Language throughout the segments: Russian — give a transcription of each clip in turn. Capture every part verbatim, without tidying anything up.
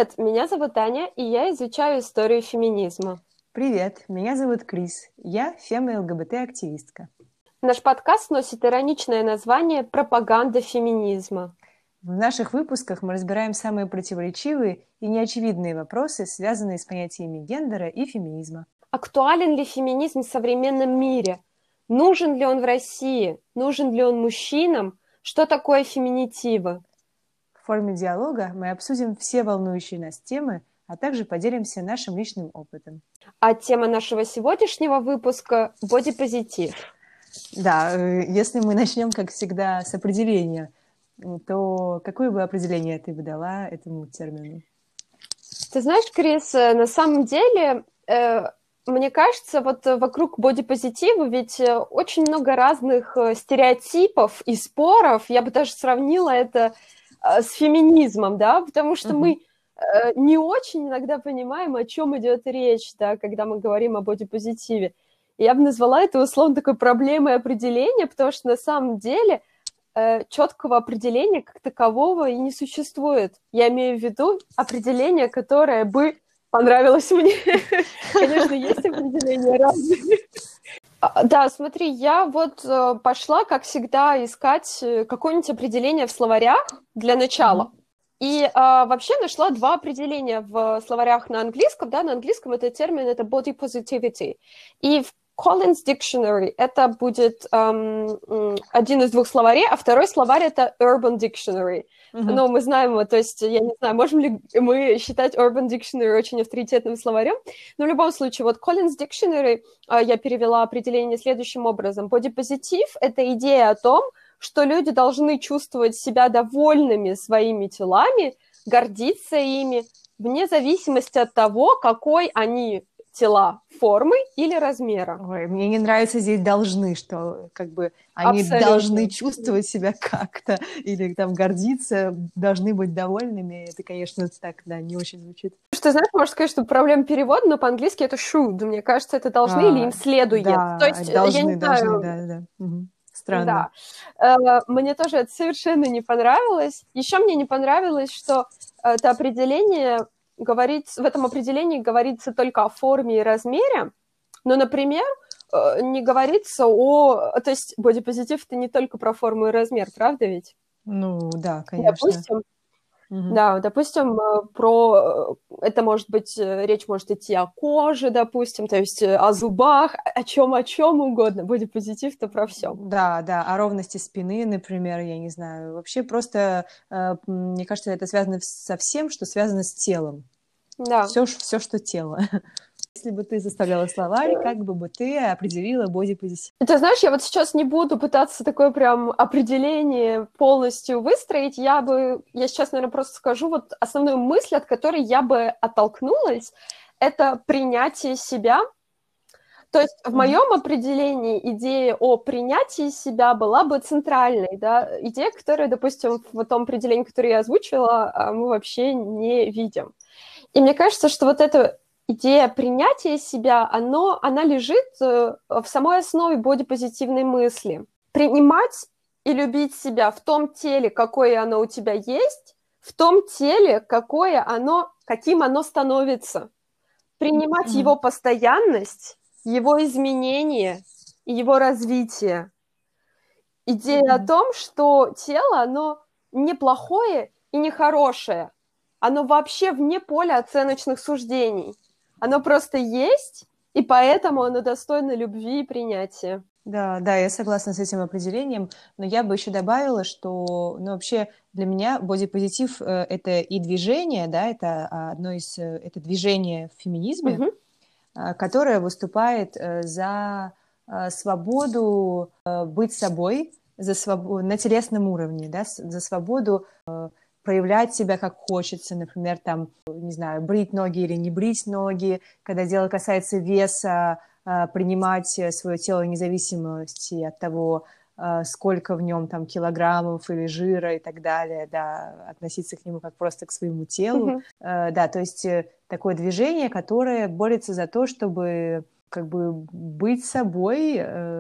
Привет, меня зовут Аня, и я изучаю историю феминизма. Привет, меня зовут Крис. Я фем-ЛГБТ-активистка. Наш подкаст носит ироничное название «Пропаганда феминизма». В наших выпусках мы разбираем самые противоречивые и неочевидные вопросы, связанные с понятиями гендера и феминизма. Актуален ли феминизм в современном мире? Нужен ли он в России? Нужен ли он мужчинам? Что такое феминитивы? В форме диалога мы обсудим все волнующие нас темы, а также поделимся нашим личным опытом. А тема нашего сегодняшнего выпуска – бодипозитив. Да, если мы начнем, как всегда, с определения, то какое бы определение ты бы дала этому термину? Ты знаешь, Крис, на самом деле, э, мне кажется, вот вокруг бодипозитива ведь очень много разных стереотипов и споров. Я бы даже сравнила это с феминизмом, да, потому что uh-huh. мы э, не очень иногда понимаем, о чем идет речь, да, когда мы говорим о бодипозитиве. И я бы назвала это условно такой проблемой определения, потому что на самом деле э, четкого определения как такового и не существует. Я имею в виду определение, которое бы понравилось мне. Конечно, есть определения разные. Да, смотри, я вот пошла, как всегда, искать какое-нибудь определение в словарях для начала. Mm-hmm. И а, вообще нашла два определения в словарях на английском. Да, на английском это термин, это body positivity. И в Collins Dictionary это будет um, один из двух словарей, а второй словарь это Urban Dictionary. Uh-huh. Ну, мы знаем его, то есть, я не знаю, можем ли мы считать Urban Dictionary очень авторитетным словарем, но в любом случае, вот Collins Dictionary, я перевела определение следующим образом. Бодипозитив – это идея о том, что люди должны чувствовать себя довольными своими телами, гордиться ими, вне зависимости от того, какой они тела, формы или размера. Ой, мне не нравится здесь «должны», что как бы они Абсолютно. Должны чувствовать себя как-то или там гордиться, должны быть довольными. Это, конечно, так, да, не очень звучит. Что, знаешь, можно сказать, что проблема перевода, но по-английски это should. Мне кажется, это должны а, или им следует. Да, То есть, должны, я не должны, знаю... да, да. Угу. Странно. Да. Мне тоже это совершенно не понравилось. Еще мне не понравилось, что это определение... Говорит, в этом определении говорится только о форме и размере, но, например, не говорится о... То есть бодипозитив – это не только про форму и размер, правда ведь? Ну, да, конечно. Допустим, угу. Да, допустим, про... Это может быть... Речь может идти о коже, допустим, то есть о зубах, о чем, о чем угодно. Бодипозитив-то про все. Да, да, о ровности спины, например, я не знаю. Вообще просто, мне кажется, это связано со всем, что связано с телом. Да. Все, все, что тело. Если бы ты составляла словарь, как бы бы ты определила бодипозитив? Ты знаешь, я вот сейчас не буду пытаться такое прям определение полностью выстроить. Я бы, я сейчас, наверное, просто скажу вот основную мысль, от которой я бы оттолкнулась, это принятие себя. То есть в моем определении идея о принятии себя была бы центральной, да, идея, которая, допустим, в том определении, которое я озвучила, мы вообще не видим. И мне кажется, что вот эта идея принятия себя, оно, она лежит в самой основе бодипозитивной мысли. Принимать и любить себя в том теле, какое оно у тебя есть, в том теле, какое оно, каким оно становится. Принимать mm-hmm. его постоянность, его изменения и его развитие. Идея mm-hmm. о том, что тело, оно не плохое и не хорошее. Оно вообще вне поля оценочных суждений. Оно просто есть, и поэтому оно достойно любви и принятия. Да, да, я согласна с этим определением, но я бы еще добавила, что, ну, вообще для меня бодипозитив – это и движение, да, это одно из, это движение в феминизме, угу. которое выступает за свободу быть собой, за свободу на телесном уровне, да, за свободу проявлять себя как хочется, например, там, не знаю, брить ноги или не брить ноги, когда дело касается веса, принимать свое тело вне зависимости от того, сколько в нем там килограммов или жира и так далее, да, относиться к нему как просто к своему телу. Mm-hmm. Да, то есть такое движение, которое борется за то, чтобы как бы быть собой,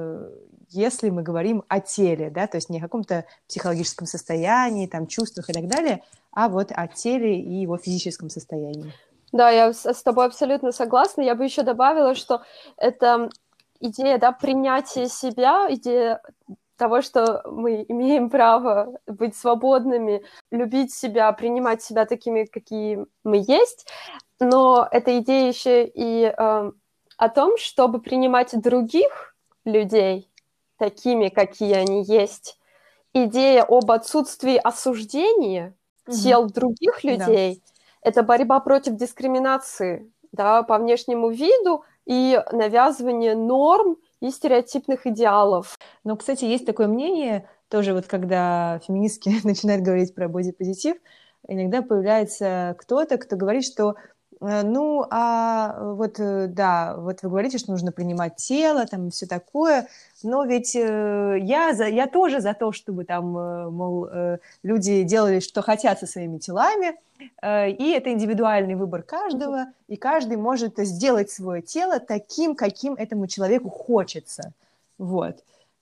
если мы говорим о теле, да, то есть не о каком-то психологическом состоянии, там, чувствах и так далее, а вот о теле и его физическом состоянии. Да, я с, с тобой абсолютно согласна. Я бы еще добавила, что это идея, да, принятия себя, идея того, что мы имеем право быть свободными, любить себя, принимать себя такими, какие мы есть, но эта идея еще и э, о том, чтобы принимать других людей такими, какие они есть. Идея об отсутствии осуждения Угу. тел других людей – это борьба против дискриминации, да, по внешнему виду и навязывание норм и стереотипных идеалов. Но, кстати, есть такое мнение, тоже вот когда феминистки начинают говорить про бодипозитив, иногда появляется кто-то, кто говорит, что ну, а вот, да, вот вы говорите, что нужно принимать тело, там, и все такое, но ведь э, я, за, я тоже за то, чтобы там, э, мол, э, люди делали, что хотят со своими телами, э, и это индивидуальный выбор каждого, и каждый может сделать свое тело таким, каким этому человеку хочется, вот.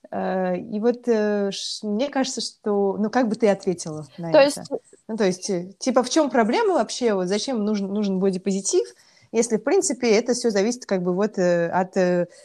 И вот э, мне кажется, что, ну, как бы ты ответила на то это? Есть... Ну, то есть, типа, в чем проблема вообще? Вот зачем нужен, нужен бодипозитив, если, в принципе, это все зависит как бы вот от,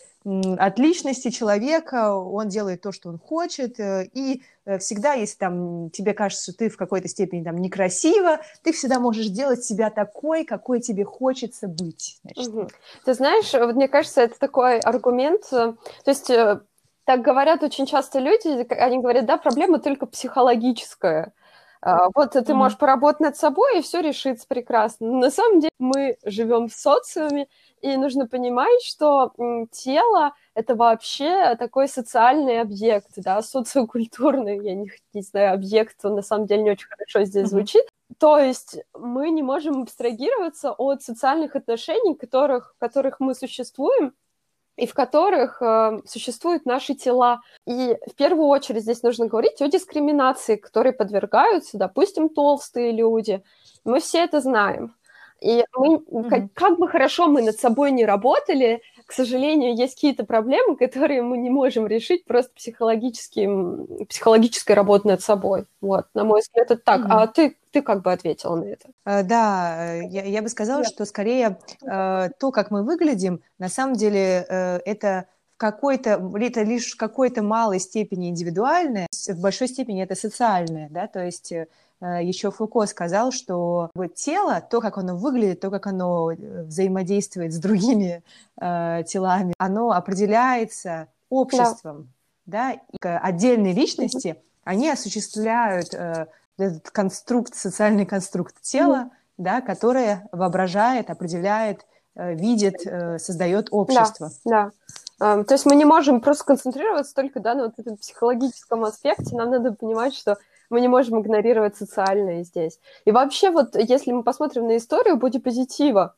от личности человека, он делает то, что он хочет, и всегда, если там тебе кажется, что ты в какой-то степени там некрасива, ты всегда можешь сделать себя такой, какой тебе хочется быть. Угу. Ты знаешь, вот мне кажется, это такой аргумент, то есть... Так говорят очень часто люди, они говорят, да, проблема только психологическая. Вот ты можешь mm-hmm. поработать над собой, и все решится прекрасно. Но на самом деле мы живем в социуме, и нужно понимать, что тело – это вообще такой социальный объект, да, социокультурный, я не, не знаю, объект, он на самом деле не очень хорошо здесь mm-hmm. звучит. То есть мы не можем абстрагироваться от социальных отношений, в которых, в которых мы существуем, и в которых э, существуют наши тела. И в первую очередь здесь нужно говорить о дискриминации, которой подвергаются, допустим, толстые люди. Мы все это знаем. И мы, mm-hmm. как, как бы хорошо мы над собой не работали, к сожалению, есть какие-то проблемы, которые мы не можем решить просто психологическим, психологической работой над собой. Вот, на мой взгляд, это так. Mm-hmm. А ты, ты как бы ответила на это? Uh, да, я, я бы сказала, yeah. что скорее uh, то, как мы выглядим, на самом деле uh, это в какой-то, это лишь в какой-то малой степени индивидуальное, в большой степени это социальное, да, то есть еще Фуко сказал, что тело, то, как оно выглядит, то, как оно взаимодействует с другими э, телами, оно определяется обществом, да, да? И отдельные личности, mm-hmm. они осуществляют э, этот конструкт, социальный конструкт тела, mm-hmm. да, которое воображает, определяет, э, видит, э, создает общество. Да, да. То есть мы не можем просто концентрироваться только, да, на вот этом психологическом аспекте, нам надо понимать, что мы не можем игнорировать социальное здесь. И вообще, вот если мы посмотрим на историю бодипозитива,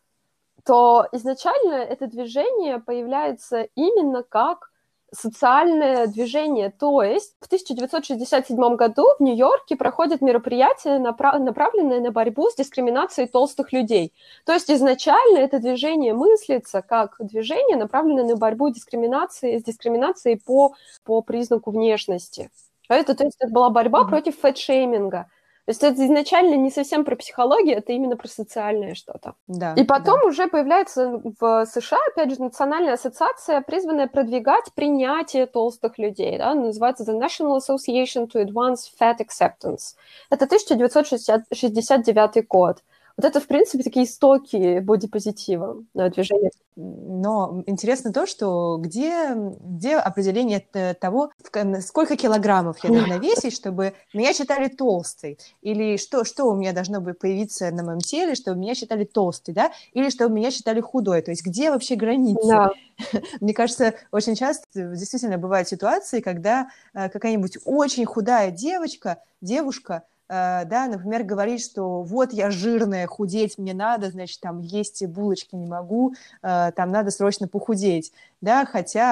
то изначально это движение появляется именно как социальное движение. То есть в тысяча девятьсот шестьдесят седьмом году в Нью-Йорке проходит мероприятие, направ- направленное на борьбу с дискриминацией толстых людей. То есть изначально это движение мыслится как движение, направленное на борьбу дискриминации, с дискриминацией по, по признаку внешности. Это, то есть, это была борьба mm-hmm. против фэтшейминга. То есть это изначально не совсем про психологию, это именно про социальное что-то. Да, и потом да. уже появляется в США, опять же, национальная ассоциация, призванная продвигать принятие толстых людей. Да? Называется The National Association to Advance Fat Acceptance. Это тысяча девятьсот шестьдесят девятый год. Вот это, в принципе, такие истоки бодипозитива движения. Но интересно то, что где, где определение того, сколько килограммов я должна весить, чтобы меня считали толстой, или что, что у меня должно бы появиться на моем теле, чтобы меня считали толстой, да, или чтобы меня считали худой, то есть где вообще границы? Да. Мне кажется, очень часто действительно бывают ситуации, когда какая-нибудь очень худая девочка, девушка, да, например, говорит, что вот я жирная, худеть мне надо, значит, там есть булочки не могу, там надо срочно похудеть, да,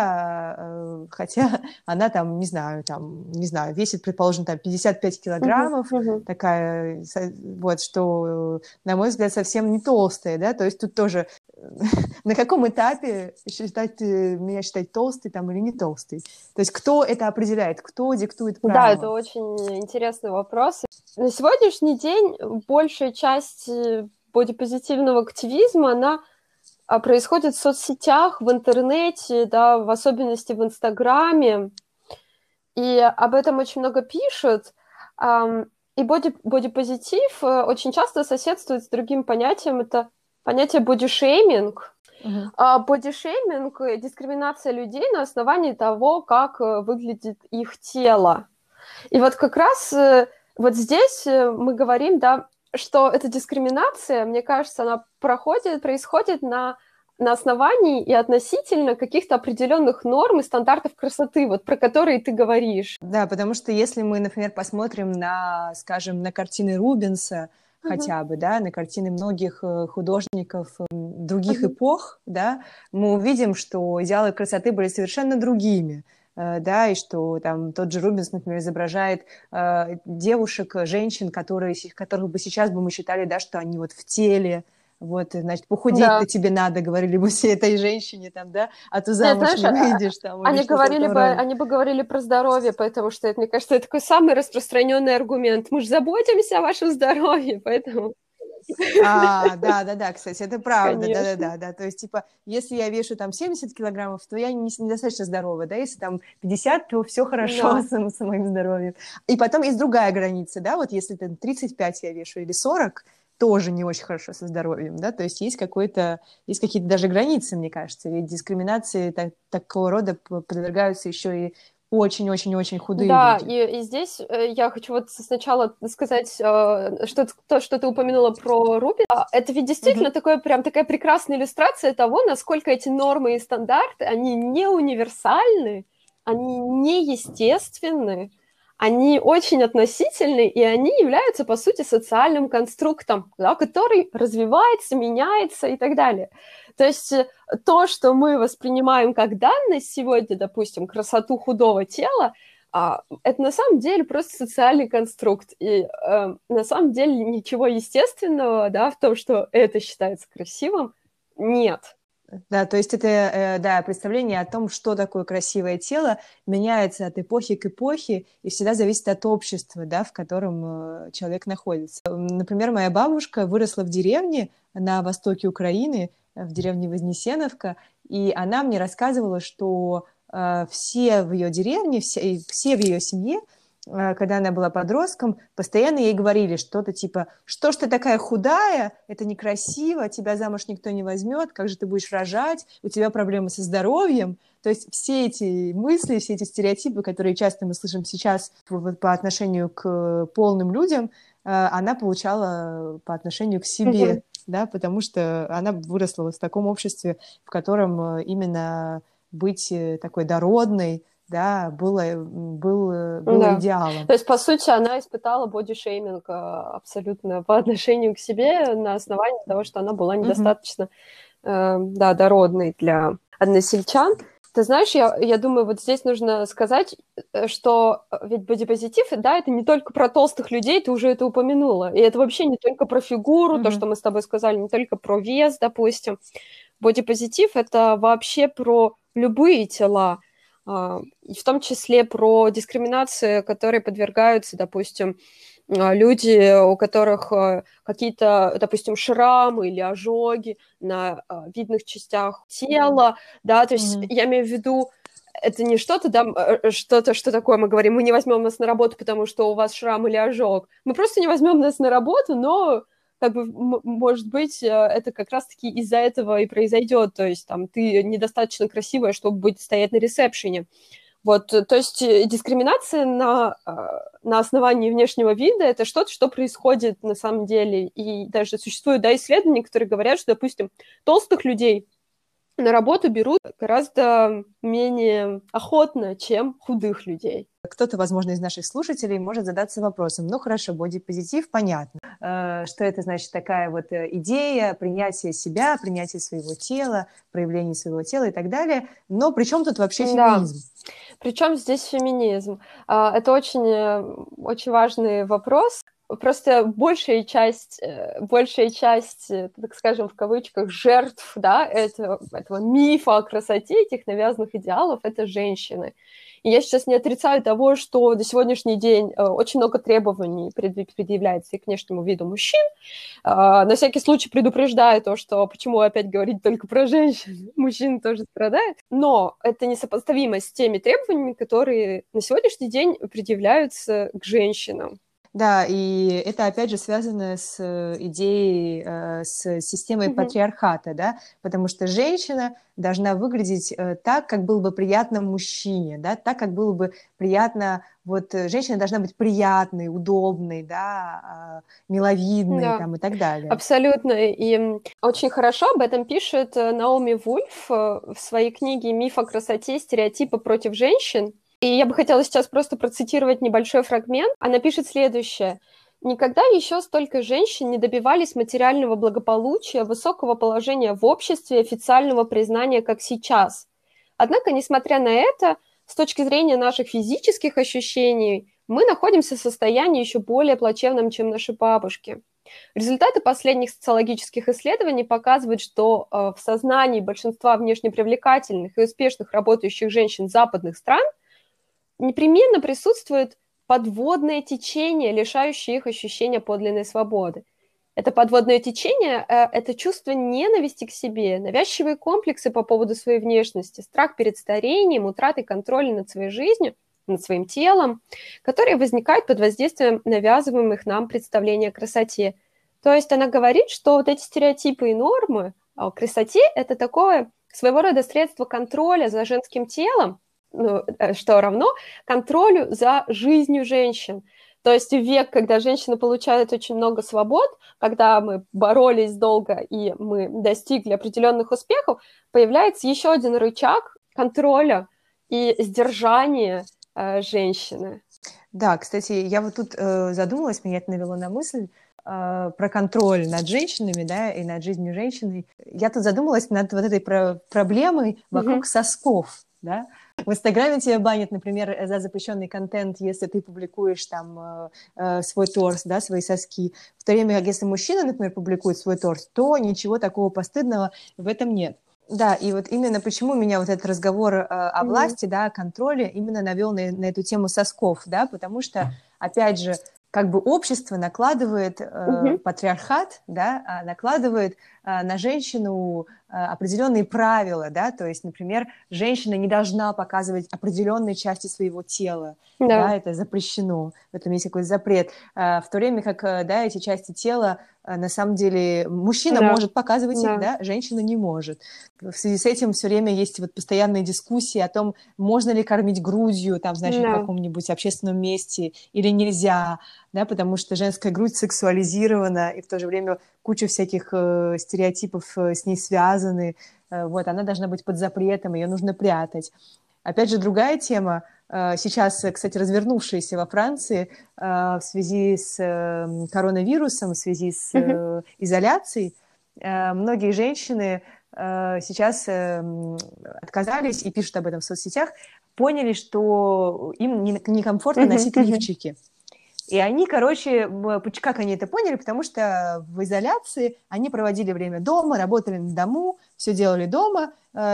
хотя, хотя она там, не знаю, там, не знаю, весит, предположим, там пятьдесят пять килограммов, uh-huh, uh-huh. такая, вот, что, на мой взгляд, совсем не толстая, да, то есть тут тоже на каком этапе считать, меня считать толстой там или не толстой? То есть кто это определяет, кто диктует правила? Да, это очень интересный вопрос. На сегодняшний день большая часть бодипозитивного активизма, она происходит в соцсетях, в интернете, да, в особенности в Инстаграме, и об этом очень много пишут. И боди, бодипозитив очень часто соседствует с другим понятием, это понятие бодишейминг. Uh-huh. Бодишейминг – дискриминация людей на основании того, как выглядит их тело. И вот как раз вот здесь мы говорим, да, что эта дискриминация, мне кажется, она проходит, происходит на, на основании и относительно каких-то определенных норм и стандартов красоты, вот про которые ты говоришь. Да, потому что если мы, например, посмотрим на, скажем, на картины Рубенса, uh-huh. хотя бы, да, на картины многих художников других uh-huh. эпох, да, мы увидим, что идеалы красоты были совершенно другими. Да, и что там тот же Рубенс, например, изображает э, девушек, женщин, которые, которых бы сейчас бы мы считали, да, что они вот в теле, вот, значит, похудеть-то да. тебе надо, говорили бы все этой женщине, там, да, а то замуж Нет, знаешь, не выйдешь. Там, они, говорили бы, они бы говорили про здоровье, потому что, это, мне кажется, это такой самый распространенный аргумент. Мы же заботимся о вашем здоровье, поэтому... А, да, да, да, кстати, это правда, да, да, да, да, то есть, типа, если я вешу там семьдесят килограммов, то я не, недостаточно здорова, да, если там пятьдесят, то все хорошо да. с, с моим здоровьем. И потом есть другая граница, да, вот если там тридцать пять я вешу или сорок, тоже не очень хорошо со здоровьем, да, то есть есть какой-то, есть какие-то даже границы, мне кажется, ведь дискриминации так, такого рода подвергаются еще и очень-очень-очень худые да, люди. Да, и, и здесь я хочу вот сначала сказать, что то, что ты упомянула про Руби. Это ведь действительно uh-huh. такое, прям такая прекрасная иллюстрация того, насколько эти нормы и стандарты, они не универсальны, они неестественны, они очень относительны, и они являются, по сути, социальным конструктом, да, который развивается, меняется и так далее. То есть то, что мы воспринимаем как данность сегодня, допустим, красоту худого тела, это на самом деле просто социальный конструкт. И э, на самом деле ничего естественного, да, в том, что это считается красивым, нет. Да, то есть это, да, представление о том, что такое красивое тело, меняется от эпохи к эпохе и всегда зависит от общества, да, в котором человек находится. Например, моя бабушка выросла в деревне на востоке Украины, в деревне Вознесеновка, и она мне рассказывала, что э, все в ее деревне, все, все в ее семье, э, когда она была подростком, постоянно ей говорили что-то типа: что ж ты такая худая, это некрасиво, тебя замуж никто не возьмет, как же ты будешь рожать, у тебя проблемы со здоровьем. То есть все эти мысли, все эти стереотипы, которые часто мы слышим сейчас по отношению к полным людям, э, она получала по отношению к себе. Mm-hmm. Да, потому что она выросла в таком обществе, в котором именно быть такой дородной, да, было, было, было да. идеалом. То есть, по сути, она испытала бодишейминг абсолютно по отношению к себе на основании того, что она была недостаточно mm-hmm. э, да, дородной для односельчан. Ты знаешь, я, я думаю, вот здесь нужно сказать, что ведь бодипозитив, да, это не только про толстых людей, ты уже это упомянула, и это вообще не только про фигуру, mm-hmm. то, что мы с тобой сказали, не только про вес, допустим. Бодипозитив – это вообще про любые тела, и в том числе про дискриминацию, которой подвергаются, допустим, люди, у которых какие-то, допустим, шрамы или ожоги на видных частях тела, да, то есть mm-hmm. я имею в виду, это не что-то, да, что-то, что такое мы говорим, мы не возьмем нас на работу, потому что у вас шрам или ожог, мы просто не возьмем нас на работу, но, как бы, может быть, это как раз-таки из-за этого и произойдет, то есть там ты недостаточно красивая, чтобы быть, стоять на ресепшене. Вот, то есть дискриминация на, на основании внешнего вида – это что-то, что происходит на самом деле. И даже существуют, да, исследования, которые говорят, что, допустим, толстых людей на работу берут гораздо менее охотно, чем худых людей. Кто-то, возможно, из наших слушателей может задаться вопросом: ну хорошо, бодипозитив, понятно, что это значит такая вот идея принятия себя, принятия своего тела, проявления своего тела и так далее, но при чем тут вообще феминизм? Да. Причем здесь феминизм? Это очень, очень важный вопрос. просто большая часть, большая часть, так скажем, в кавычках, жертв, да, этого, этого мифа о красоте, этих навязанных идеалов — это женщины. И я сейчас не отрицаю того, что до сегодняшний день очень много требований предъявляется и к внешнему виду мужчин. На всякий случай предупреждаю то, что почему опять говорить только про женщин, мужчины тоже страдают. Но это несопоставимо с теми требованиями, которые на сегодняшний день предъявляются к женщинам. Да, и это, опять же, связано с идеей, с системой mm-hmm. патриархата, да, потому что женщина должна выглядеть так, как было бы приятно мужчине, да, так, как было бы приятно, вот, женщина должна быть приятной, удобной, да, миловидной, да. Там, и так далее. Абсолютно, и очень хорошо об этом пишет Наоми Вульф в своей книге «Миф о красоте. Стереотипы против женщин». И я бы хотела сейчас просто процитировать небольшой фрагмент. Она пишет следующее. «Никогда еще столько женщин не добивались материального благополучия, высокого положения в обществе и официального признания, как сейчас. Однако, несмотря на это, с точки зрения наших физических ощущений, мы находимся в состоянии еще более плачевном, чем наши бабушки». Результаты последних социологических исследований показывают, что в сознании большинства внешне привлекательных и успешных работающих женщин западных стран непременно присутствует подводное течение, лишающее их ощущения подлинной свободы. Это подводное течение – это чувство ненависти к себе, навязчивые комплексы по поводу своей внешности, страх перед старением, утратой контроля над своей жизнью, над своим телом, которые возникают под воздействием навязываемых нам представлений о красоте. То есть она говорит, что вот эти стереотипы и нормы о красоте – это такое своего рода средство контроля за женским телом, ну, что равно контролю за жизнью женщин. То есть в век, когда женщины получают очень много свобод, когда мы боролись долго и мы достигли определенных успехов, появляется еще один рычаг контроля и сдержания э, женщины. Да, кстати, я вот тут э, задумалась, меня это навело на мысль э, про контроль над женщинами, да, и над жизнью женщины. Я тут задумалась над вот этой про- проблемой вокруг mm-hmm. сосков, да. В Инстаграме тебя банят, например, за запрещенный контент, если ты публикуешь там э, свой торс, да, свои соски. В то время как если мужчина, например, публикует свой торс, то ничего такого постыдного в этом нет. Да, и вот именно почему меня вот этот разговор э, о mm-hmm. власти, да, о контроле именно навел на, на эту тему сосков, да, потому что, опять же, как бы общество накладывает, э, mm-hmm. патриархат, да, накладывает э, на женщину э, определенные правила, да, то есть, например, женщина не должна показывать определенные части своего тела, yeah. да, это запрещено, в этом есть какой-то запрет, э, в то время как, э, да, эти части тела э, на самом деле мужчина yeah. может показывать yeah. их, да, женщина не может. В связи с этим все время есть вот постоянные дискуссии о том, можно ли кормить грудью, там, значит, yeah. в каком-нибудь общественном месте или нельзя, да, потому что женская грудь сексуализирована, и в то же время куча всяких э, стереотипов э, с ней связаны. Э, вот, она должна быть под запретом, ее нужно прятать. Опять же, другая тема, э, сейчас, кстати, развернувшаяся во Франции э, в связи с э, коронавирусом, в связи с э, mm-hmm. изоляцией, э, многие женщины э, сейчас э, отказались и пишут об этом в соцсетях, поняли, что им некомфортно mm-hmm. носить лифчики. И они, короче, как они это поняли? Потому что в изоляции они проводили время дома, работали на дому, все делали дома,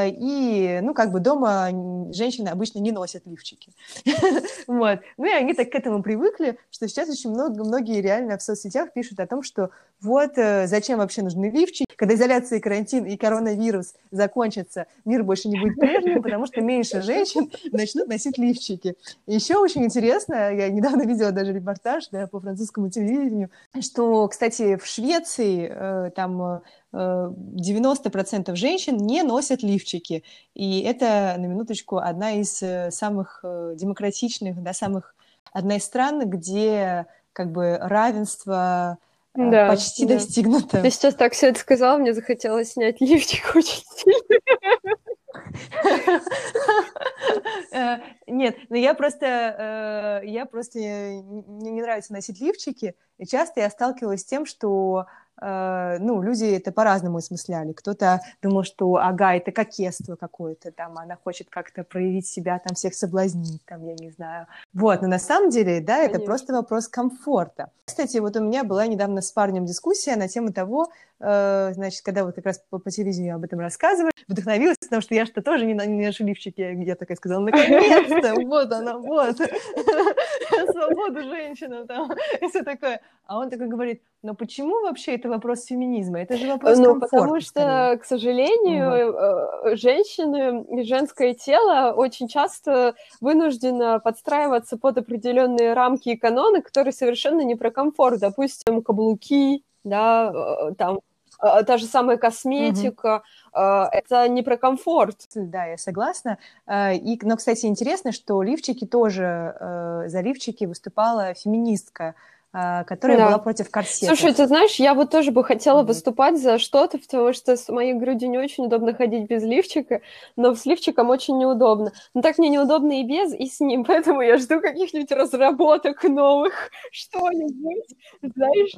и, ну, как бы дома женщины обычно не носят лифчики. Вот. Ну, и они так к этому привыкли, что сейчас очень много, многие реально в соцсетях пишут о том, что вот зачем вообще нужны лифчики, когда изоляция и карантин и коронавирус закончатся, мир больше не будет прежним, потому что меньше женщин начнут носить лифчики. И еще очень интересно, я недавно видела даже репортаж, да, по французскому телевидению, что, кстати, в Швеции э, там девяносто процентов женщин не носят лифчики. И это, на минуточку, одна из самых демократичных, да, самых, одна из стран, где как бы равенство да, почти да. достигнуто. Ты сейчас так все это сказала, мне захотелось снять лифчик очень сильно. Нет, но я просто, я просто, мне не нравится носить лифчики, и часто я сталкивалась с тем, что э, ну, люди это по-разному осмысляли. Кто-то думал, что, ага, это кокетство какое-то, там, она хочет как-то проявить себя, там, всех соблазнить, там, я не знаю. Вот, но на самом деле, да, это Конечно. просто вопрос комфорта. Кстати, вот у меня была недавно с парнем дискуссия на тему того, э, значит, когда вот как раз по, по телевидению об этом рассказывали, вдохновилась, потому что я что тоже не, не ношу лифчик, я, я такая сказала, наконец-то, вот она, вот, свободу женщинам, там, и все такое. А он такой говорит, но почему вообще это вопрос феминизма? Это же вопрос Ну, комфорта, потому скорее. что, к сожалению, Вот. э, женщины и женское тело очень часто вынуждено подстраиваться под определенные рамки и каноны, которые совершенно не про комфорт. Допустим, каблуки, да, э, там, э, та же самая Мгм. косметика, э, это не про комфорт. Да, я согласна. Э, И, но, кстати, интересно, что лифчики тоже, э, за лифчики выступала феминистка, э, которая была Да. против Слушай, корсетов. ты знаешь, я вот тоже бы хотела Вот. выступать за что-то, потому что с моей грудью не очень удобно ходить без лифчика, но с лифчиком очень неудобно. Но так мне неудобно и без, и с ним, поэтому я жду каких-нибудь разработок новых, что-нибудь, знаешь?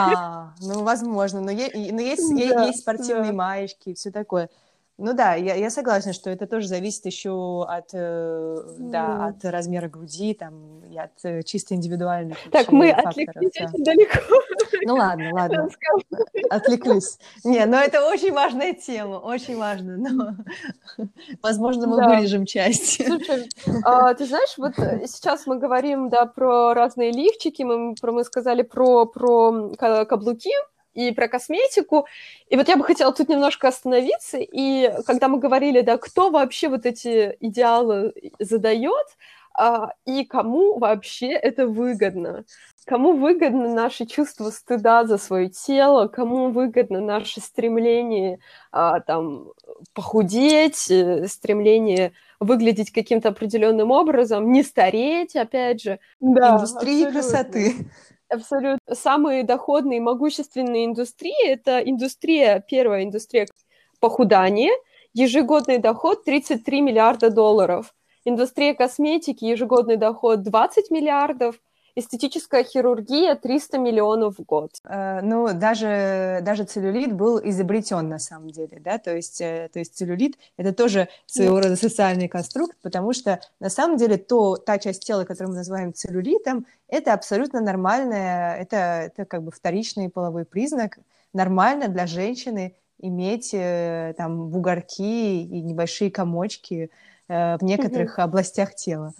А, ну, возможно, но, е- и- но есть, е- Да, есть спортивные да. маечки и все такое. Ну да, я, я согласна, что это тоже зависит еще от, э, да, М. от размера груди, там, и от э, чисто индивидуальных Так, мы вообще факторов, отвлеклись да. очень далеко. Ну ладно, ладно, Расскажи. отвлеклись. Не, но это очень важная тема, очень важно, но, возможно, мы Да. вырежем часть. Слушай, а, ты знаешь, вот э, сейчас мы говорим, да, про разные лифчики, мы, про, мы сказали про, про ка- каблуки и про косметику, и вот я бы хотела тут немножко остановиться, и когда мы говорили, да, кто вообще вот эти идеалы задает, а, и кому вообще это выгодно? Кому выгодно наше чувство стыда за свое тело, кому выгодно наше стремление а, там похудеть, э, стремление выглядеть каким-то определенным образом, не стареть, опять же. Да, Индустрии абсолютно. красоты. Абсолютно. Самые доходные и могущественные индустрии – это индустрия, первая индустрия похудания, ежегодный доход тридцать три миллиарда долларов. Индустрия косметики, ежегодный доход двадцать миллиардов, эстетическая хирургия триста миллионов в год. Э, Ну, даже, даже целлюлит был изобретен на самом деле, да, то есть, э, то есть целлюлит – это тоже своего рода социальный конструкт, потому что на самом деле то, та часть тела, которую мы называем целлюлитом, это абсолютно нормальное, это, это как бы вторичный половой признак, нормально для женщины иметь э, там бугорки и небольшие комочки э, в Мгм. некоторых областях тела.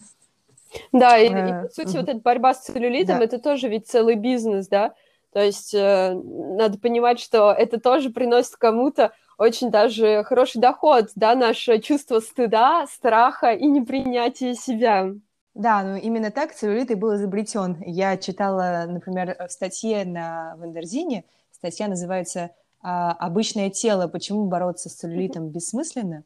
Да, и, и Э, по сути вот мгм. эта борьба с целлюлитом, Да. это тоже ведь целый бизнес, да? То есть э, надо понимать, что это тоже приносит кому-то очень даже хороший доход, да, наше чувство стыда, страха и непринятия себя. Да, ну именно так целлюлит и был изобретен. Я читала, например, в статье на Вандерзине, статья называется а, «Обычное тело. Почему бороться с целлюлитом бессмысленно?».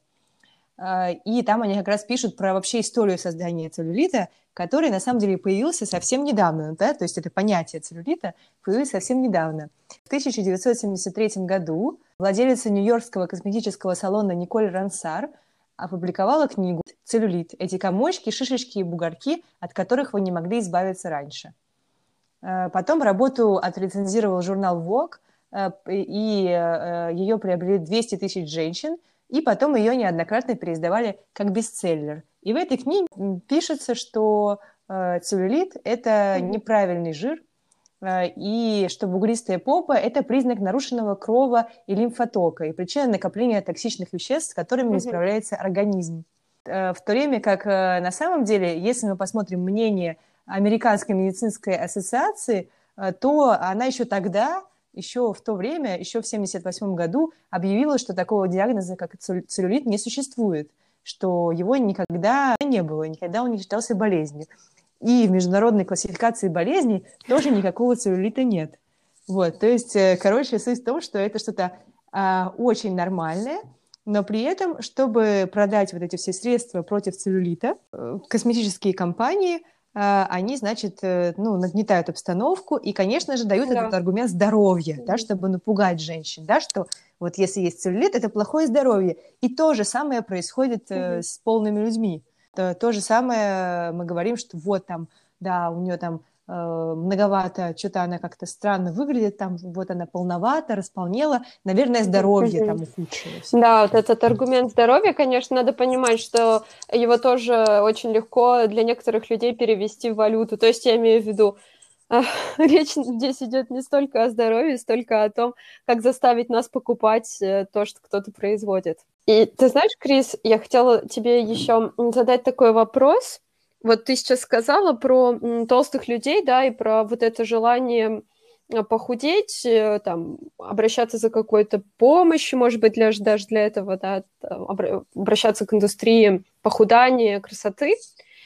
А, И там они как раз пишут про вообще историю создания целлюлита, который на самом деле появился совсем недавно, да, то есть это понятие целлюлита появилось совсем недавно. В тысяча девятьсот семьдесят третьем году владелица нью-йоркского косметического салона Николь Рансар опубликовала книгу «Целлюлит. Эти комочки, шишечки и бугорки, от которых вы не могли избавиться раньше». Э, Потом работу отрецензировал журнал Vogue, э, и э, ее приобрели двести тысяч женщин, и потом ее неоднократно переиздавали как бестселлер. И в этой книге пишется, что э, целлюлит – это Мгм. неправильный жир, э, и что бугристая попа – это признак нарушенного крова и лимфотока, и причина накопления токсичных веществ, с которыми не Мгм. справляется организм. Э, В то время как э, на самом деле, если мы посмотрим мнение Американской медицинской ассоциации, э, то она еще тогда, еще в то время, еще в семьдесят восьмом году объявила, что такого диагноза, как целлюлит, не существует, что его никогда не было, никогда он не считался болезнью. И в международной классификации болезней тоже никакого целлюлита нет. Вот, то есть, э, короче, суть в том, что это что-то а, очень нормальное, но при этом, чтобы продать вот эти все средства против целлюлита, э, косметические компании, а, они, значит, э, ну, нагнетают обстановку и, конечно же, дают этот Да. аргумент здоровья, да, Мгм. чтобы напугать женщин, да, что вот если есть целлюлит, это плохое здоровье. И то же самое происходит э, Мгм. с полными людьми. То, то же самое мы говорим, что вот там, да, у нее там многовато, что-то она как-то странно выглядит, там вот она полновата, располнела, наверное, здоровье там ухудшилось. Да, вот этот аргумент здоровья, конечно, надо понимать, что его тоже очень легко для некоторых людей перевести в валюту. То есть я имею в виду, речь здесь идет не столько о здоровье, столько о том, как заставить нас покупать то, что кто-то производит. И ты знаешь, Крис, я хотела тебе еще задать такой вопрос. Вот ты сейчас сказала про толстых людей, да, и про вот это желание похудеть, там, обращаться за какой-то помощью, может быть, для, даже для этого, да, обращаться к индустрии похудания, красоты.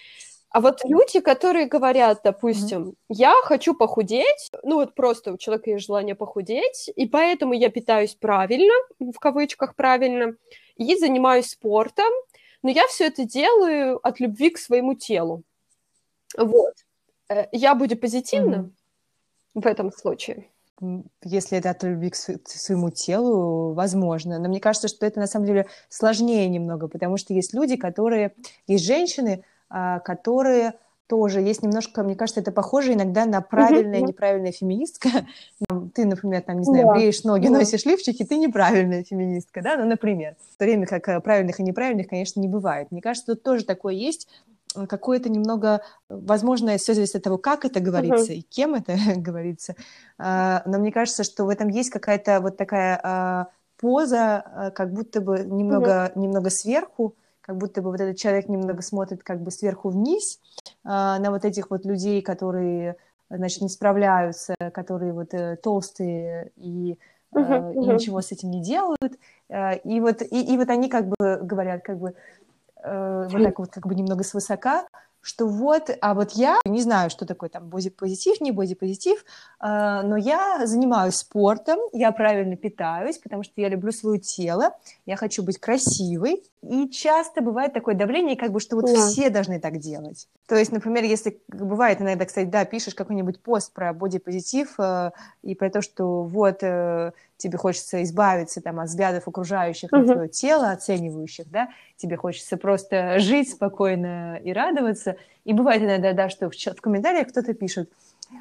А вот люди, которые говорят, допустим, mm-hmm. я хочу похудеть, ну вот просто у человека есть желание похудеть, и поэтому я питаюсь правильно, в кавычках правильно, и занимаюсь спортом, но я все это делаю от любви к своему телу. Вот. Я буду позитивна mm-hmm. в этом случае? Если это от любви к своему телу, возможно. Но мне кажется, что это на самом деле сложнее немного, потому что есть люди, которые... Есть женщины, которые тоже есть немножко, мне кажется, это похоже иногда на правильная и mm-hmm. неправильная феминистка. Ты, например, там, не знаю, yeah. бреешь ноги, yeah. носишь лифчики, ты неправильная феминистка, да, ну, например. В то время как правильных и неправильных, конечно, не бывает. Мне кажется, тут тоже такое есть, какое-то немного, возможно, все зависит от того, как это говорится uh-huh. и кем это говорится. Но мне кажется, что в этом есть какая-то вот такая поза, как будто бы немного, uh-huh. немного сверху, как будто бы вот этот человек немного смотрит как бы сверху вниз на вот этих вот людей, которые, значит, не справляются, которые вот толстые и, uh-huh. и ничего с этим не делают. И вот, и, и вот они как бы говорят, как бы, вот так вот как бы немного свысока, что вот, а вот я не знаю, что такое там бодипозитив, не бодипозитив, но я занимаюсь спортом, я правильно питаюсь, потому что я люблю свое тело, я хочу быть красивой, и часто бывает такое давление, как бы, что вот да. все должны так делать. То есть, например, если бывает иногда, кстати, да, пишешь какой-нибудь пост про бодипозитив э, и про то, что вот э, тебе хочется избавиться там от взглядов окружающих uh-huh. на твое тело, оценивающих, да, тебе хочется просто жить спокойно и радоваться. И бывает иногда, да, что в, в комментариях кто-то пишет: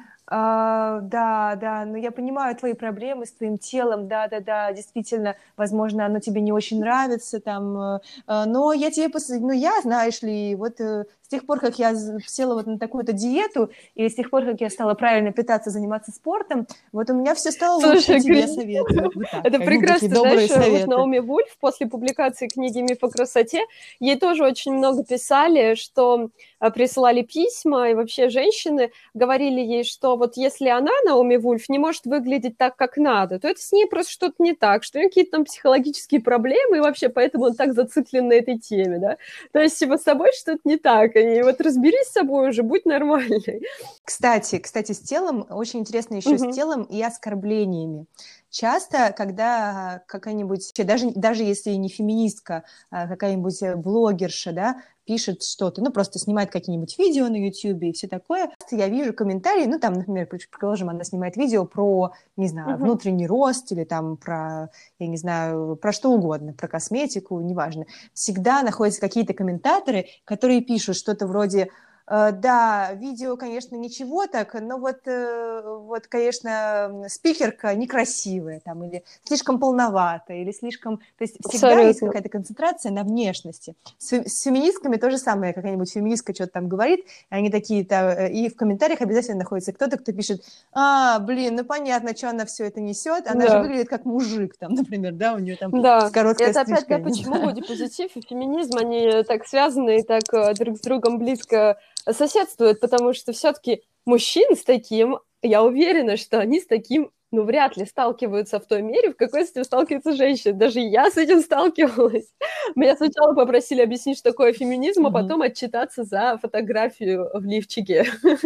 а, да, да, ну я понимаю твои проблемы с твоим телом, да-да-да, действительно, возможно, оно тебе не очень нравится, там, но я тебе, пос... ну я, знаешь ли, вот с тех пор, как я села вот на такую-то диету, и с тех пор, как я стала правильно питаться, заниматься спортом, вот у меня все стало лучше. Слушай, тебе советую. Вот так, это прекрасно, знаешь, вот Наоми Вульф после публикации книги «Миф о красоте», ей тоже очень много писали, что присылали письма, и вообще женщины говорили ей, что вот если она, Наоми Вульф, не может выглядеть так, как надо, то это с ней просто что-то не так, что у нее какие-то там психологические проблемы, и вообще поэтому он так зациклен на этой теме, да. То есть вот с собой что-то не так, и вот разберись с собой уже, будь нормальной. Кстати, кстати, с телом, очень интересно еще угу. с телом и оскорблениями. Часто, когда какая-нибудь, даже, даже если не феминистка, какая-нибудь блогерша, да, пишет что-то, ну, просто снимает какие-нибудь видео на YouTube и все такое, я вижу комментарии, ну, там, например, предположим, она снимает видео про, не знаю, uh-huh. внутренний рост или там про, я не знаю, про что угодно, про косметику, неважно. Всегда находятся какие-то комментаторы, которые пишут что-то вроде: да, видео, конечно, ничего так, но вот, вот, конечно, спикерка некрасивая, там, или слишком полноватая, или слишком... То есть всегда Абсолютно. Есть какая-то концентрация на внешности. С, с феминистками то же самое, какая-нибудь феминистка что-то там говорит, они такие-то... И в комментариях обязательно находится кто-то, кто пишет: а, блин, ну понятно, что она все это несет, она да. же выглядит как мужик, там, например, да, у нее там да. короткая это стрижка. Это опять, да, почему бодипозитив и феминизм, они так связаны и так друг с другом близко соседствуют, потому что все-таки мужчин с таким, я уверена, что они с таким, ну, вряд ли сталкиваются в той мере, в какой с этим сталкиваются женщины. Даже я с этим сталкивалась. Меня сначала попросили объяснить, что такое феминизм, а потом отчитаться за фотографию в лифчике.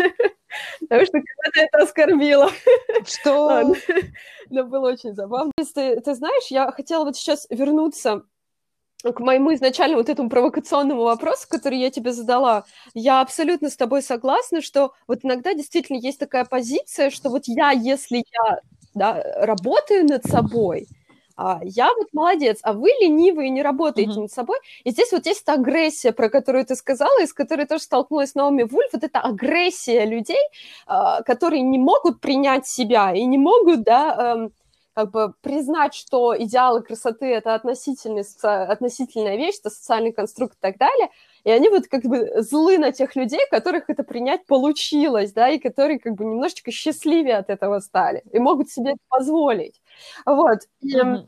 Потому что когда-то это оскорбило. Что? Но было очень забавно. Ты, ты знаешь, я хотела вот сейчас вернуться к моему изначально вот этому провокационному вопросу, который я тебе задала. Я абсолютно с тобой согласна, что вот иногда действительно есть такая позиция, что вот я, если я да, работаю над собой, а я вот молодец, а вы ленивые, не работаете Мгм. над собой. И здесь вот есть эта агрессия, про которую ты сказала, и с которой тоже столкнулась Наоми Вульф, вот эта агрессия людей, а, которые не могут принять себя и не могут, да, эм, как бы признать, что идеалы красоты – это относительный, соци- относительная вещь, это социальный конструкт и так далее, и они вот как бы злы на тех людей, которых это принять получилось, да, и которые как бы немножечко счастливее от этого стали и могут себе это позволить. Вот. И, Мгм.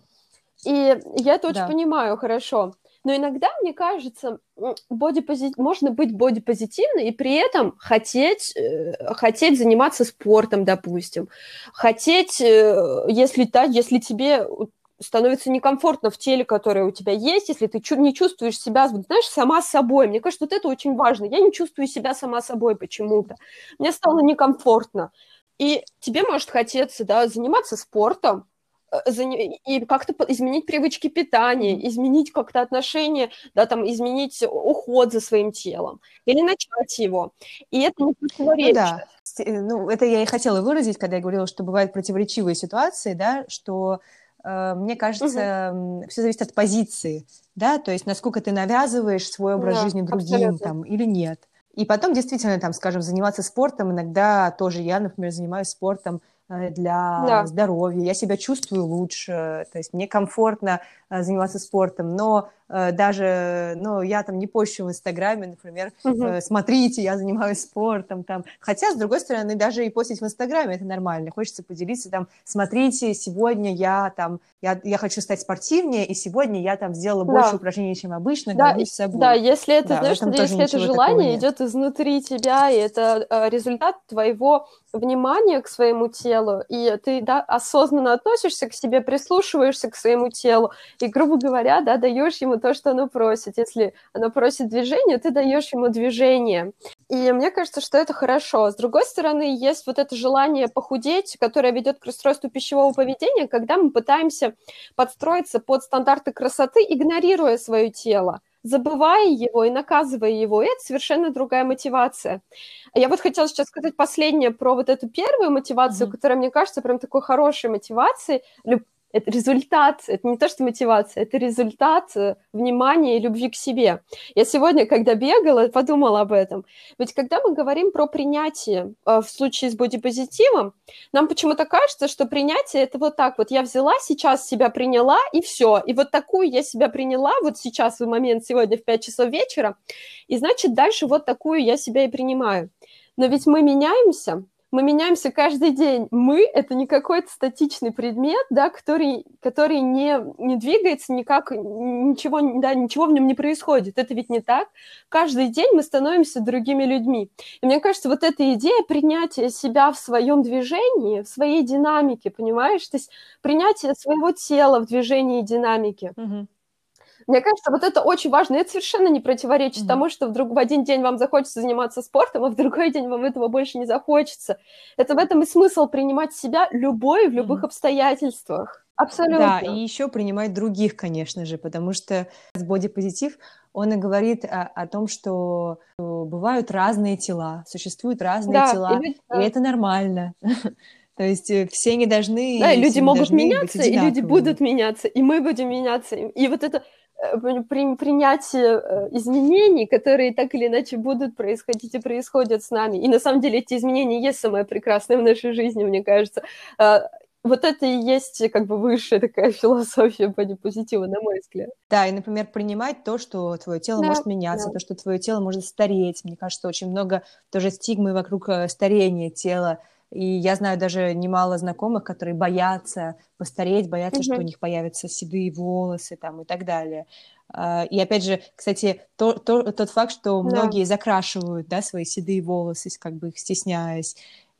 и я это очень Да. понимаю хорошо. Но иногда, мне кажется, м, бодипози- можно быть бодипозитивной и при этом хотеть, э, хотеть заниматься спортом, допустим. Хотеть, э, если, да, если тебе становится некомфортно в теле, которое у тебя есть, если ты чу- не чувствуешь себя, вот, знаешь, сама собой. Мне кажется, вот это очень важно. Я не чувствую себя сама собой почему-то. Мне стало некомфортно. И тебе может хотеться, да, заниматься спортом, э, зане- и как-то по- изменить привычки питания, Мгм. изменить как-то отношения, да, там, изменить уход за своим телом или начать его. И это не Ну противоречит. да. С э, ну, это я и хотела выразить, когда я говорила, что бывают противоречивые ситуации, да, что, э, мне Мгм. кажется, все зависит от позиции, да, то есть насколько ты навязываешь свой образ Да, жизни другим абсолютно. там или нет. И потом действительно, там, скажем, заниматься спортом иногда тоже я, например, занимаюсь спортом, э, для Да, здоровья, я себя чувствую лучше, то есть мне комфортно, э, заниматься спортом, но, э, даже, ну, я там не пощу в "Инстаграме", например, мгм. э, смотрите, я занимаюсь спортом там. Хотя, с другой стороны, даже и постить в Инстаграме это нормально. Хочется поделиться там, смотрите, сегодня я там, я, я хочу стать спортивнее, и сегодня я там сделала больше Да. упражнений, чем обычно, Да, и горжусь да, собой. если это, Да, в знаешь, этом что тоже если это ничего такого желание нет. идет изнутри тебя, и это э, результат твоего внимания к своему телу, и ты, да, осознанно относишься к себе, прислушиваешься к своему телу, и, грубо говоря, да, даешь ему то, что оно просит. Если оно просит движения, ты даешь ему движение. И мне кажется, что это хорошо. С другой стороны, есть вот это желание похудеть, которое ведет к расстройству пищевого поведения, когда мы пытаемся подстроиться под стандарты красоты, игнорируя свое тело, забывая его и наказывая его. И это совершенно другая мотивация. Я вот хотела сейчас сказать последнее про вот эту первую мотивацию, Мгм. которая, мне кажется, прям такой хорошей мотивацией. Люб- Это результат, это не то, что мотивация, это результат э, внимания и любви к себе. Я сегодня, когда бегала, подумала об этом. Ведь когда мы говорим про принятие э, в случае с бодипозитивом, нам почему-то кажется, что принятие – это вот так вот. Я взяла, сейчас себя приняла, и все. И вот такую я себя приняла вот сейчас, в момент сегодня в пять часов вечера, и значит, дальше вот такую я себя и принимаю. Но ведь мы меняемся, мы меняемся каждый день. Мы – это не какой-то статичный предмет, да, который, который не, не двигается никак, ничего, да, ничего в нем не происходит. Это ведь не так. Каждый день мы становимся другими людьми. И мне кажется, вот эта идея принятия себя в своем движении, в своей динамике, понимаешь? То есть принятие своего тела в движении и динамике. Мгм. Мне кажется, вот это очень важно. И это совершенно не противоречит Мгм. тому, что вдруг в один день вам захочется заниматься спортом, а в другой день вам этого больше не захочется. Это в этом и смысл принимать себя любой в любых Мгм. обстоятельствах. Да, и Абсолютно. еще принимать других, конечно же, потому что бодипозитив, он и говорит о, о том, что э, бывают разные тела, существуют разные Да, и тела, люди, и да. это нормально. То есть э, все не Да, и должны, люди все не могут должны быть меняться, и люди одинаковыми. будут меняться, и мы будем меняться. И вот это э, при- принятие э, изменений, которые так или иначе будут происходить и происходят с нами. И на самом деле эти изменения есть самое прекрасное в нашей жизни, мне кажется. А, Вот это и есть как бы высшая такая философия бодипозитива, на мой взгляд. Да, и, например, принимать то, что твое тело Да, может меняться, да. то, что твое тело может стареть. Мне кажется, очень много тоже стигмы вокруг э, старения тела. И я знаю даже немало знакомых, которые боятся постареть, боятся, что у Мгм. них появятся седые волосы там, и так далее. А, И опять же, кстати, то, то- тот факт, что Да. многие закрашивают, да, свои седые волосы, как бы их стесняясь,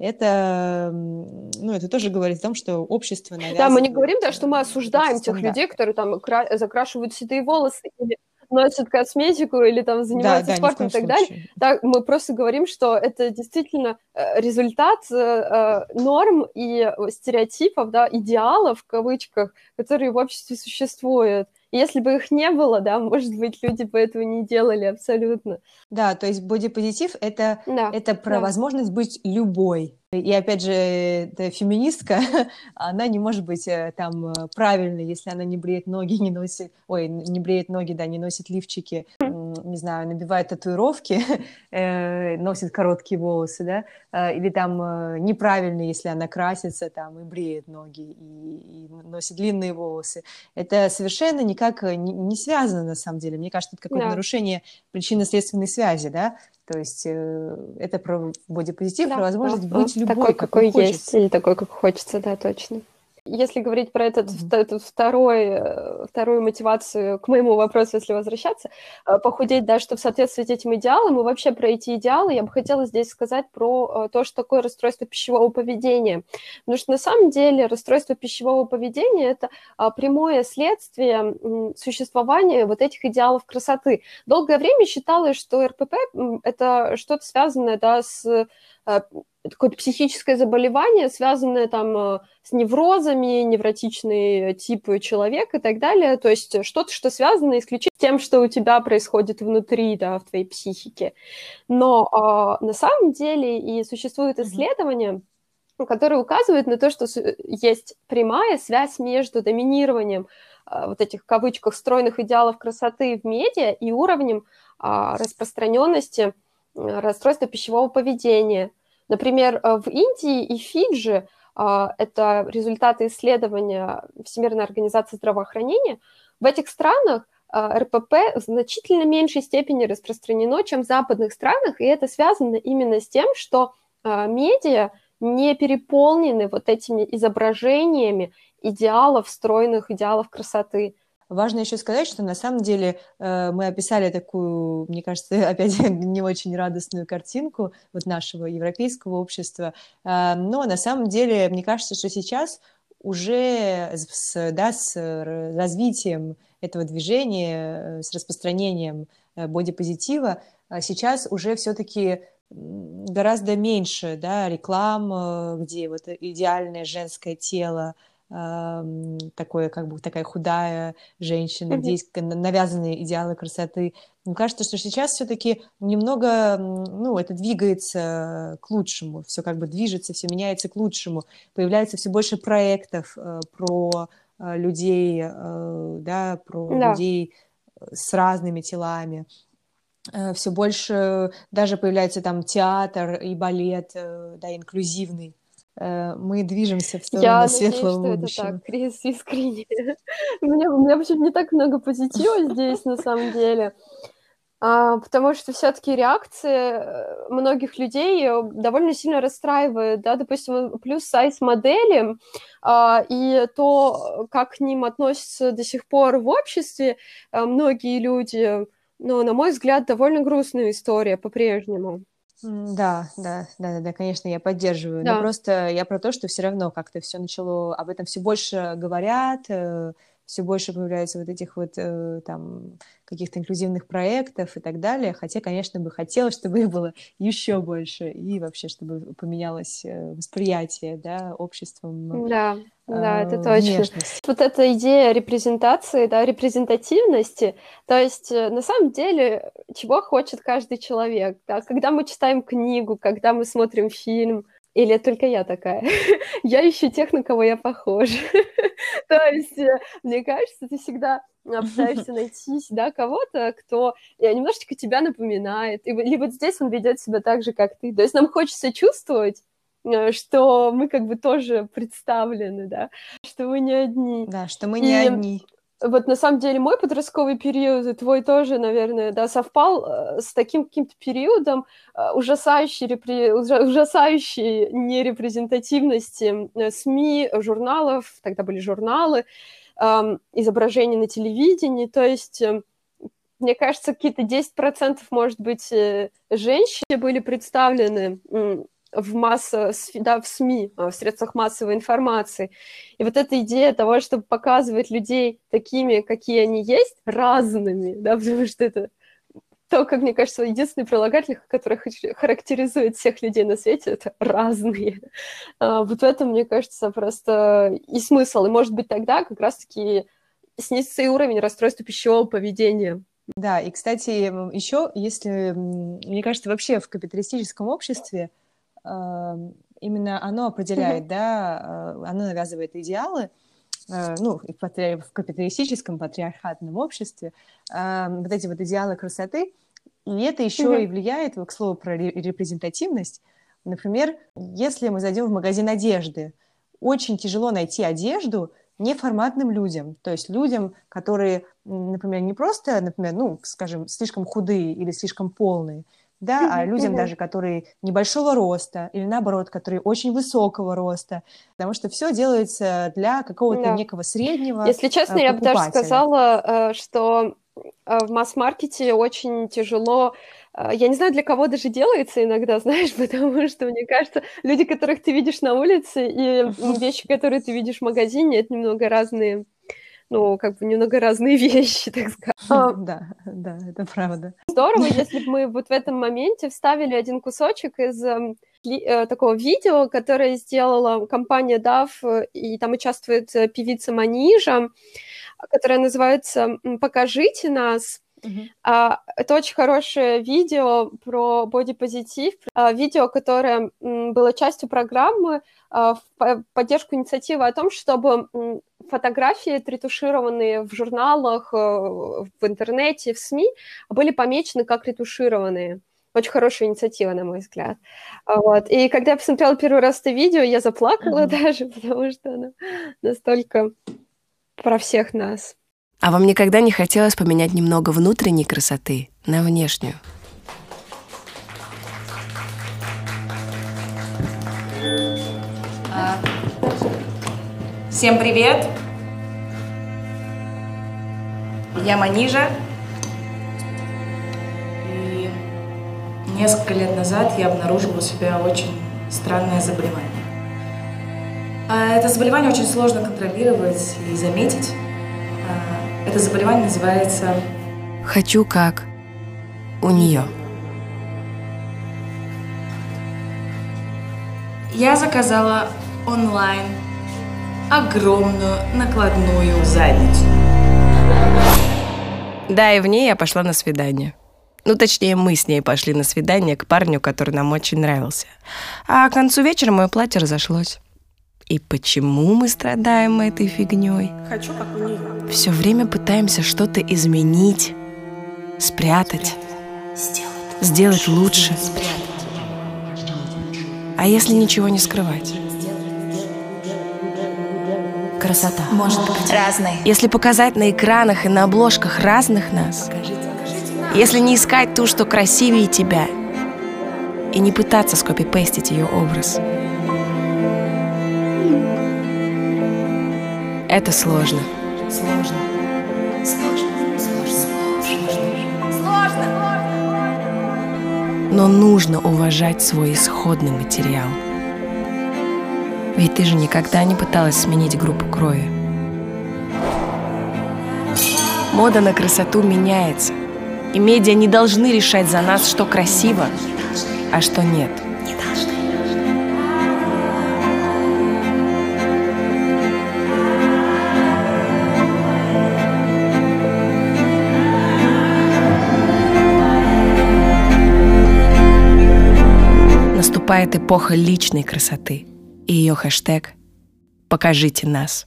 это, м, ну, это тоже говорит о том, что общество Да, мы не навязывает говорим, да, э, что мы вот эти осуждаем тех людей, стандарты. которые там кра- закрашивают седые волосы или носят косметику, или там Да, занимаются да, ни в спортом коем и так далее. случае. Так, мы просто говорим, что это действительно э, результат э, э, норм и э, стереотипов, да, идеалов, в кавычках, которые в обществе существуют. Если бы их не было, да, может быть, люди бы этого не делали абсолютно. Да, то есть бодипозитив это, Да, это про да. возможность быть любой. И опять же, эта феминистка, она не может быть э, там э, правильной, если она не бреет ноги, не носит, ой, не бреет ноги, да, не носит лифчики, м, не знаю, набивает татуировки, э, носит короткие волосы, да, э, или там э, неправильной, если она красится там и бреет ноги и, и носит длинные волосы. Это совершенно никак не, не связано на самом деле. Мне кажется, это какое-то Да, нарушение причинно-следственной связи, да. То есть э, это про бодипозитив, про да, да, возможность да. быть любой, Такой, какой какой есть, хочется. или такой, как хочется, да, точно. Если говорить про этот, Мгм. этот второй, э, вторую мотивацию к моему вопросу, если возвращаться, э, похудеть, да, чтобы соответствовать этим идеалам, и вообще про эти идеалы, я бы хотела здесь сказать про э, то, что такое расстройство пищевого поведения. Потому что на самом деле расстройство пищевого поведения – это а, прямое следствие м, существования вот этих идеалов красоты. Долгое время считалось, что эр пэ пэ м, – это что-то связанное, да, с э, какое-то психическое заболевание, связанное там э, с неврозами, невротичные типы человека и так далее. То есть что-то, что связано исключительно с тем, что у тебя происходит внутри, да, в твоей психике. Но э, на самом деле и существуют Мгм. исследования, которые указывают на то, что есть прямая связь между доминированием э, вот этих в кавычках стройных идеалов красоты в медиа и уровнем э, распространенности э, расстройства пищевого поведения. Например, э, в Индии и Фиджи, э, это результаты исследования Всемирной организации здравоохранения, в этих странах э, эр пэ пэ в значительно меньшей степени распространено, чем в западных странах, и это связано именно с тем, что э, медиа не переполнены вот этими изображениями идеалов, стройных идеалов красоты. Важно еще сказать, что на самом деле э, мы описали такую, мне кажется, опять не очень радостную картинку вот нашего европейского общества, э, но на самом деле мне кажется, что сейчас уже с, да, с развитием этого движения, с распространением э, бодипозитива, э, сейчас уже все-таки гораздо меньше, да, реклам, э, где вот идеальное женское тело, такое, как бы такая худая женщина, где Мгм. есть навязанные идеалы красоты. Мне кажется, что сейчас все-таки немного, ну, это двигается к лучшему, все как бы движется, все меняется к лучшему. Появляется все больше проектов э, про э, людей, э, да, про Да. людей с разными телами. Э, все больше даже появляется там театр и балет, э, да, инклюзивный. Э, Мы движемся в сторону Я надеюсь, что светлого это так, будущего. Крис, искренне. У меня, у меня вообще не так много позитива здесь, на самом деле. А, потому что все-таки реакции э, многих людей э, довольно сильно расстраивают, да, допустим, плюс сайз-модели а, и то, как к ним относятся до сих пор в обществе а, многие люди, ну, на мой взгляд, довольно грустная история по-прежнему. М, Да, да, да, да, да, конечно, я поддерживаю. Но Да, просто я про то, что все равно как-то все начало, об этом все больше говорят, все больше появляется вот этих вот э, там каких-то инклюзивных проектов и так далее. Хотя, конечно, бы хотелось, чтобы их было еще больше и вообще, чтобы поменялось э, восприятие, да, обществом да, да, это э, точно. внешности. Вот эта идея репрезентации, да, репрезентативности, то есть э, на самом деле чего хочет каждый человек, да, когда мы читаем книгу, когда мы смотрим фильм, или только я такая? Я ищу тех, на кого я похожа. То есть, э, мне кажется, ты всегда а, пытаешься найти, да, кого-то, кто э, немножечко тебя напоминает, и, в- или вот здесь он ведет себя так же, как ты. То есть нам хочется чувствовать, э, что мы как бы тоже представлены, да, что мы не одни. Да, что мы не И одни. вот на самом деле мой подростковый период, и твой тоже, наверное, да, совпал э, с таким каким-то периодом э, ужасающей, репре... ужа- ужасающей нерепрезентативности э, СМИ, журналов, тогда были журналы, эм, изображений на телевидении, то есть, э, мне кажется, какие-то десять процентов, может быть, э, женщин были представлены м, в масса, да, в СМИ, в средствах массовой информации. И вот эта идея того, чтобы показывать людей такими, какие они есть, разными, да, потому что это то, как мне кажется, единственный прилагательный, который характеризует всех людей на свете, это разные. А, вот в этом, мне кажется, просто и смысл. И, может быть, тогда как раз-таки снизится и уровень расстройства пищевого поведения. Да, и, кстати, еще, если, мне кажется, вообще в капиталистическом обществе именно оно определяет, mm-hmm. да, оно навязывает идеалы, ну, в, патри... в капиталистическом патриархатном обществе, вот эти вот идеалы красоты, и это еще mm-hmm. и влияет, к слову, про репрезентативность. Например, если мы зайдем в магазин одежды, очень тяжело найти одежду неформатным людям, то есть людям, которые, например, не просто, например, ну, скажем, слишком худые или слишком полные, да, mm-hmm. а людям mm-hmm. даже, которые небольшого роста или, наоборот, которые очень высокого роста, потому что все делается для какого-то да. некого среднего Если честно, покупателя. Я бы даже сказала, что в масс-маркете очень тяжело. Я не знаю, для кого даже делается иногда, знаешь, потому что, мне кажется, люди, которых ты видишь на улице, и вещи, которые ты видишь в магазине, это немного разные, ну, как бы немного разные вещи, так скажем. Да, да, это правда. Здорово, если бы мы вот в этом моменте вставили один кусочек из э, такого видео, которое сделала компания дав, и там участвует певица Манижа, которое называется «Покажите нас». Uh-huh. Это очень хорошее видео про бодипозитив, видео, которое было частью программы в поддержку инициативы о том, чтобы фотографии, ретушированные в журналах, в интернете, в СМИ, были помечены как ретушированные. Очень хорошая инициатива, на мой взгляд. Вот. И когда я посмотрела первый раз это видео, я заплакала uh-huh. даже, потому что оно настолько про всех нас. А вам никогда не хотелось поменять немного внутренней красоты на внешнюю? А, всем привет! Я Манижа. И несколько лет назад я обнаружила у себя очень странное заболевание. А это заболевание очень сложно контролировать и заметить. Это заболевание называется «Хочу как у нее». Я заказала онлайн огромную накладную задницу. Да, и в ней я пошла на свидание. Ну, точнее, мы с ней пошли на свидание к парню, который нам очень нравился. А к концу вечера мое платье разошлось. И почему мы страдаем этой фигней? Хочу, как у нее. Все время пытаемся что-то изменить, спрятать, сделать, сделать лучше. А если ничего не скрывать? Красота может быть разной. Если показать на экранах и на обложках разных нас, если не искать ту, что красивее тебя, и не пытаться скопипейстить ее образ. Это сложно. Сложно. Сложно. Сложно. Сложно. Но нужно уважать свой исходный материал. Ведь ты же никогда не пыталась сменить группу крови. Мода на красоту меняется. И медиа не должны решать за нас, что красиво, а что нет. Не должны. Наступает эпоха личной красоты, и ее хэштег «Покажите нас».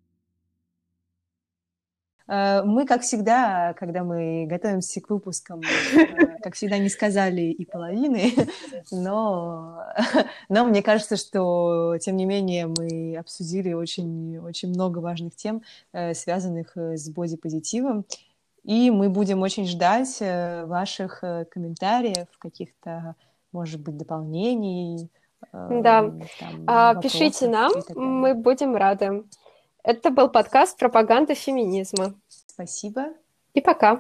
Мы, как всегда, когда мы готовимся к выпускам, как всегда, не сказали и половины, но, но мне кажется, что, тем не менее, мы обсудили очень, очень много важных тем, связанных с бодипозитивом, и мы будем очень ждать ваших комментариев, каких-то, может быть, дополнений. Да, там, пишите нам, мы будем рады. Это был подкаст «Пропаганда феминизма». Спасибо. И пока.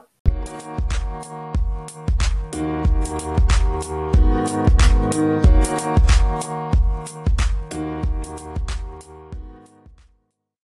Thank you.